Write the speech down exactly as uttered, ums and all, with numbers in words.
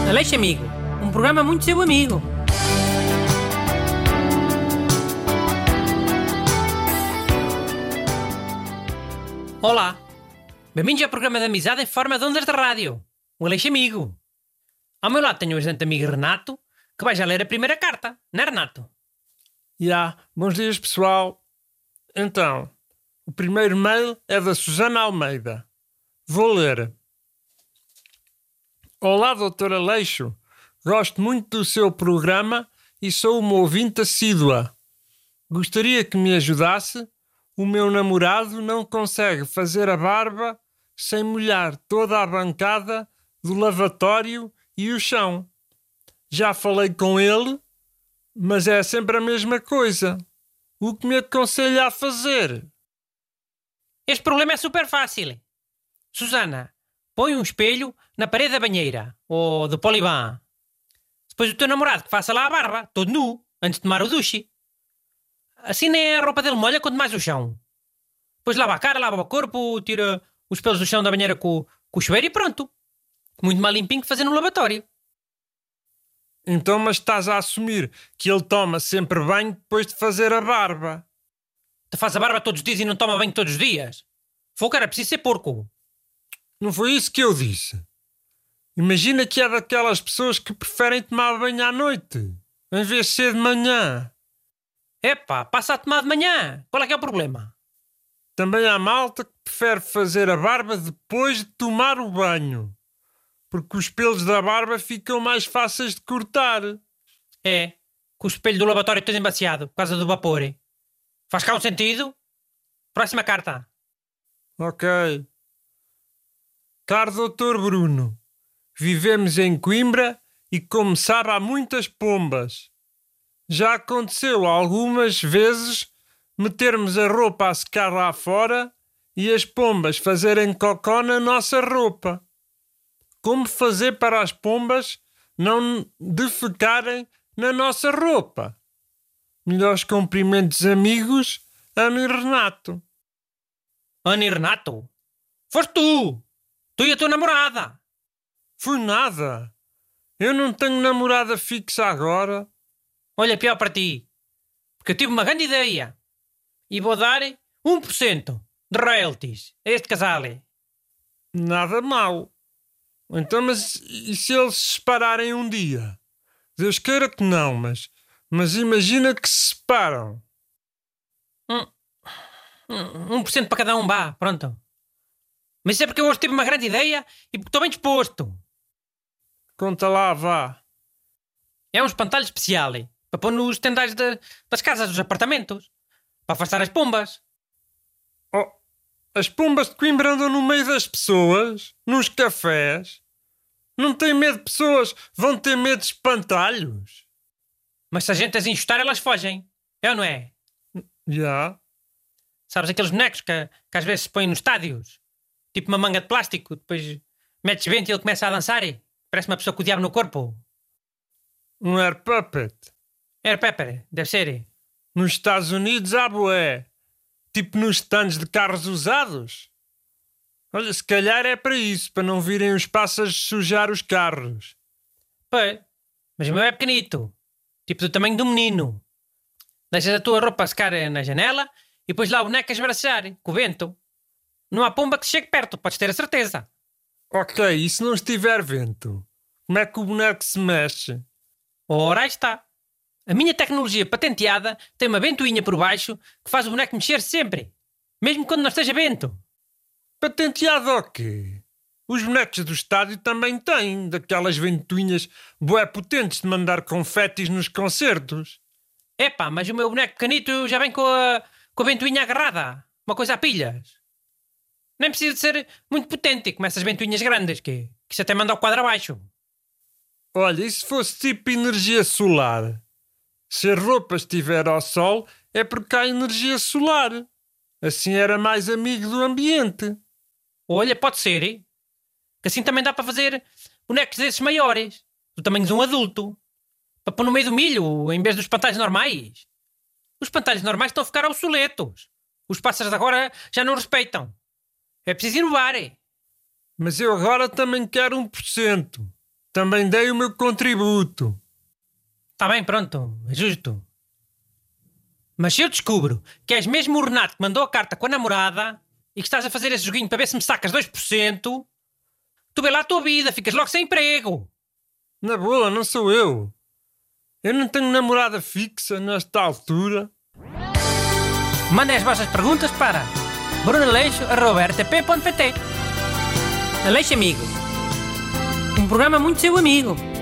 Aleixo Amigo, um programa muito seu amigo. Olá, bem-vindos ao programa de amizade em forma de ondas de rádio, o Aleixo Amigo. Ao meu lado tenho o excelente amigo Renato, que vai já ler a primeira carta, não é, Renato? Já, yeah, bons dias pessoal. Então, o primeiro mail é da Susana Almeida. Vou ler. Olá, doutor Aleixo. Gosto muito do seu programa e sou uma ouvinte assídua. Gostaria que me ajudasse. O meu namorado não consegue fazer a barba sem molhar toda a bancada do lavatório e o chão. Já falei com ele, mas é sempre a mesma coisa. O que me aconselha a fazer? Este problema é super fácil. Susana, põe um espelho na parede da banheira, ou do poliban. Depois o teu namorado que faça lá a barba, todo nu, antes de tomar o duche. Assim nem a roupa dele molha, quanto mais o chão. Depois lava a cara, lava o corpo, tira os pelos do chão da banheira com, com o chuveiro e pronto. Muito mais limpinho que fazer no lavatório. Então, mas estás a assumir que ele toma sempre banho depois de fazer a barba. Te faz a barba todos os dias e não toma banho todos os dias? Foi, cara, preciso ser porco. Não foi isso que eu disse. Imagina que é daquelas pessoas que preferem tomar banho à noite, em vez de ser de manhã. Epá, passa a tomar de manhã. Qual é que é o problema? Também há malta que prefere fazer a barba depois de tomar o banho, porque os pelos da barba ficam mais fáceis de cortar. É, com o espelho do lavatório todo embaciado, por causa do vapor. Faz cá um sentido? Próxima carta. Ok. Caro doutor Bruno, vivemos em Coimbra e, como sabe, há muitas pombas. Já aconteceu algumas vezes metermos a roupa a secar lá fora e as pombas fazerem cocó na nossa roupa. Como fazer para as pombas não defecarem na nossa roupa? Melhores cumprimentos, amigos, Ana e Renato. Ana e Renato? Foste tu! Tu e a tua namorada! Fui nada. Eu não tenho namorada fixa agora. Olha, pior para ti. Porque eu tive uma grande ideia. E vou dar um por cento de royalties a este casal. Nada mal. Então, mas e se eles se separarem um dia? Deus queira que não, mas, mas imagina que se separam. Um, um, um por cento para cada um, vá, pronto. Mas isso é porque eu hoje tive uma grande ideia e porque estou bem disposto. Conta lá, vá. É um espantalho especial, para pôr nos tendais de, das casas, dos apartamentos. Para afastar as pombas. Oh, as pombas de Coimbra andam no meio das pessoas, nos cafés. Não têm medo de pessoas, vão ter medo de espantalhos. Mas se a gente as enxutar, elas fogem. É ou não é? Já. Yeah. Sabes aqueles bonecos que, que às vezes se põem nos estádios? Tipo uma manga de plástico, depois metes vento e ele começa a dançar. Parece uma pessoa com o diabo no corpo. Um air puppet. Air pepper, deve ser. Nos Estados Unidos há bué. Tipo nos stands de carros usados. Olha, se calhar é para isso, para não virem os pássaros sujar os carros. Pois, mas o meu é pequenito. Tipo do tamanho de um menino. Deixas a tua roupa secar na janela e depois lá o boneco a esbraçar, com o vento. Não há pomba que chegue perto, podes ter a certeza. Ok, e se não estiver vento? Como é que o boneco se mexe? Ora, aí está. A minha tecnologia patenteada tem uma ventoinha por baixo que faz o boneco mexer sempre. Mesmo quando não esteja vento. Patenteado o quê? Os bonecos do estádio também têm, daquelas ventoinhas bué potentes de mandar confetis nos concertos. Epá, mas o meu boneco pequenito já vem com a, com a ventoinha agarrada. Uma coisa a pilhas. Nem precisa de ser muito potente, como essas ventoinhas grandes, que, que isso até manda o quadro abaixo. Olha, e se fosse tipo energia solar? Se a roupa estiver ao sol, é porque há energia solar. Assim era mais amigo do ambiente. Olha, pode ser, hein? Que assim também dá para fazer bonecos desses maiores, do tamanho de um adulto. Para pôr no meio do milho, em vez dos espantalhos normais. Os espantalhos normais estão a ficar obsoletos. Os pássaros de agora já não respeitam. É preciso inovar. Mas eu agora também quero um por cento. Também dei o meu contributo. Está bem, pronto, é justo. Mas se eu descubro que és mesmo o Renato que mandou a carta com a namorada e que estás a fazer esse joguinho para ver se me sacas dois por cento, tu vê lá a tua vida, ficas logo sem emprego. Na boa, não sou eu. Eu não tenho namorada fixa nesta altura. Mandem as vossas perguntas para bruno aleixo arroba r t p ponto p t. Aleixo Amigo. Um programa muito seu amigo.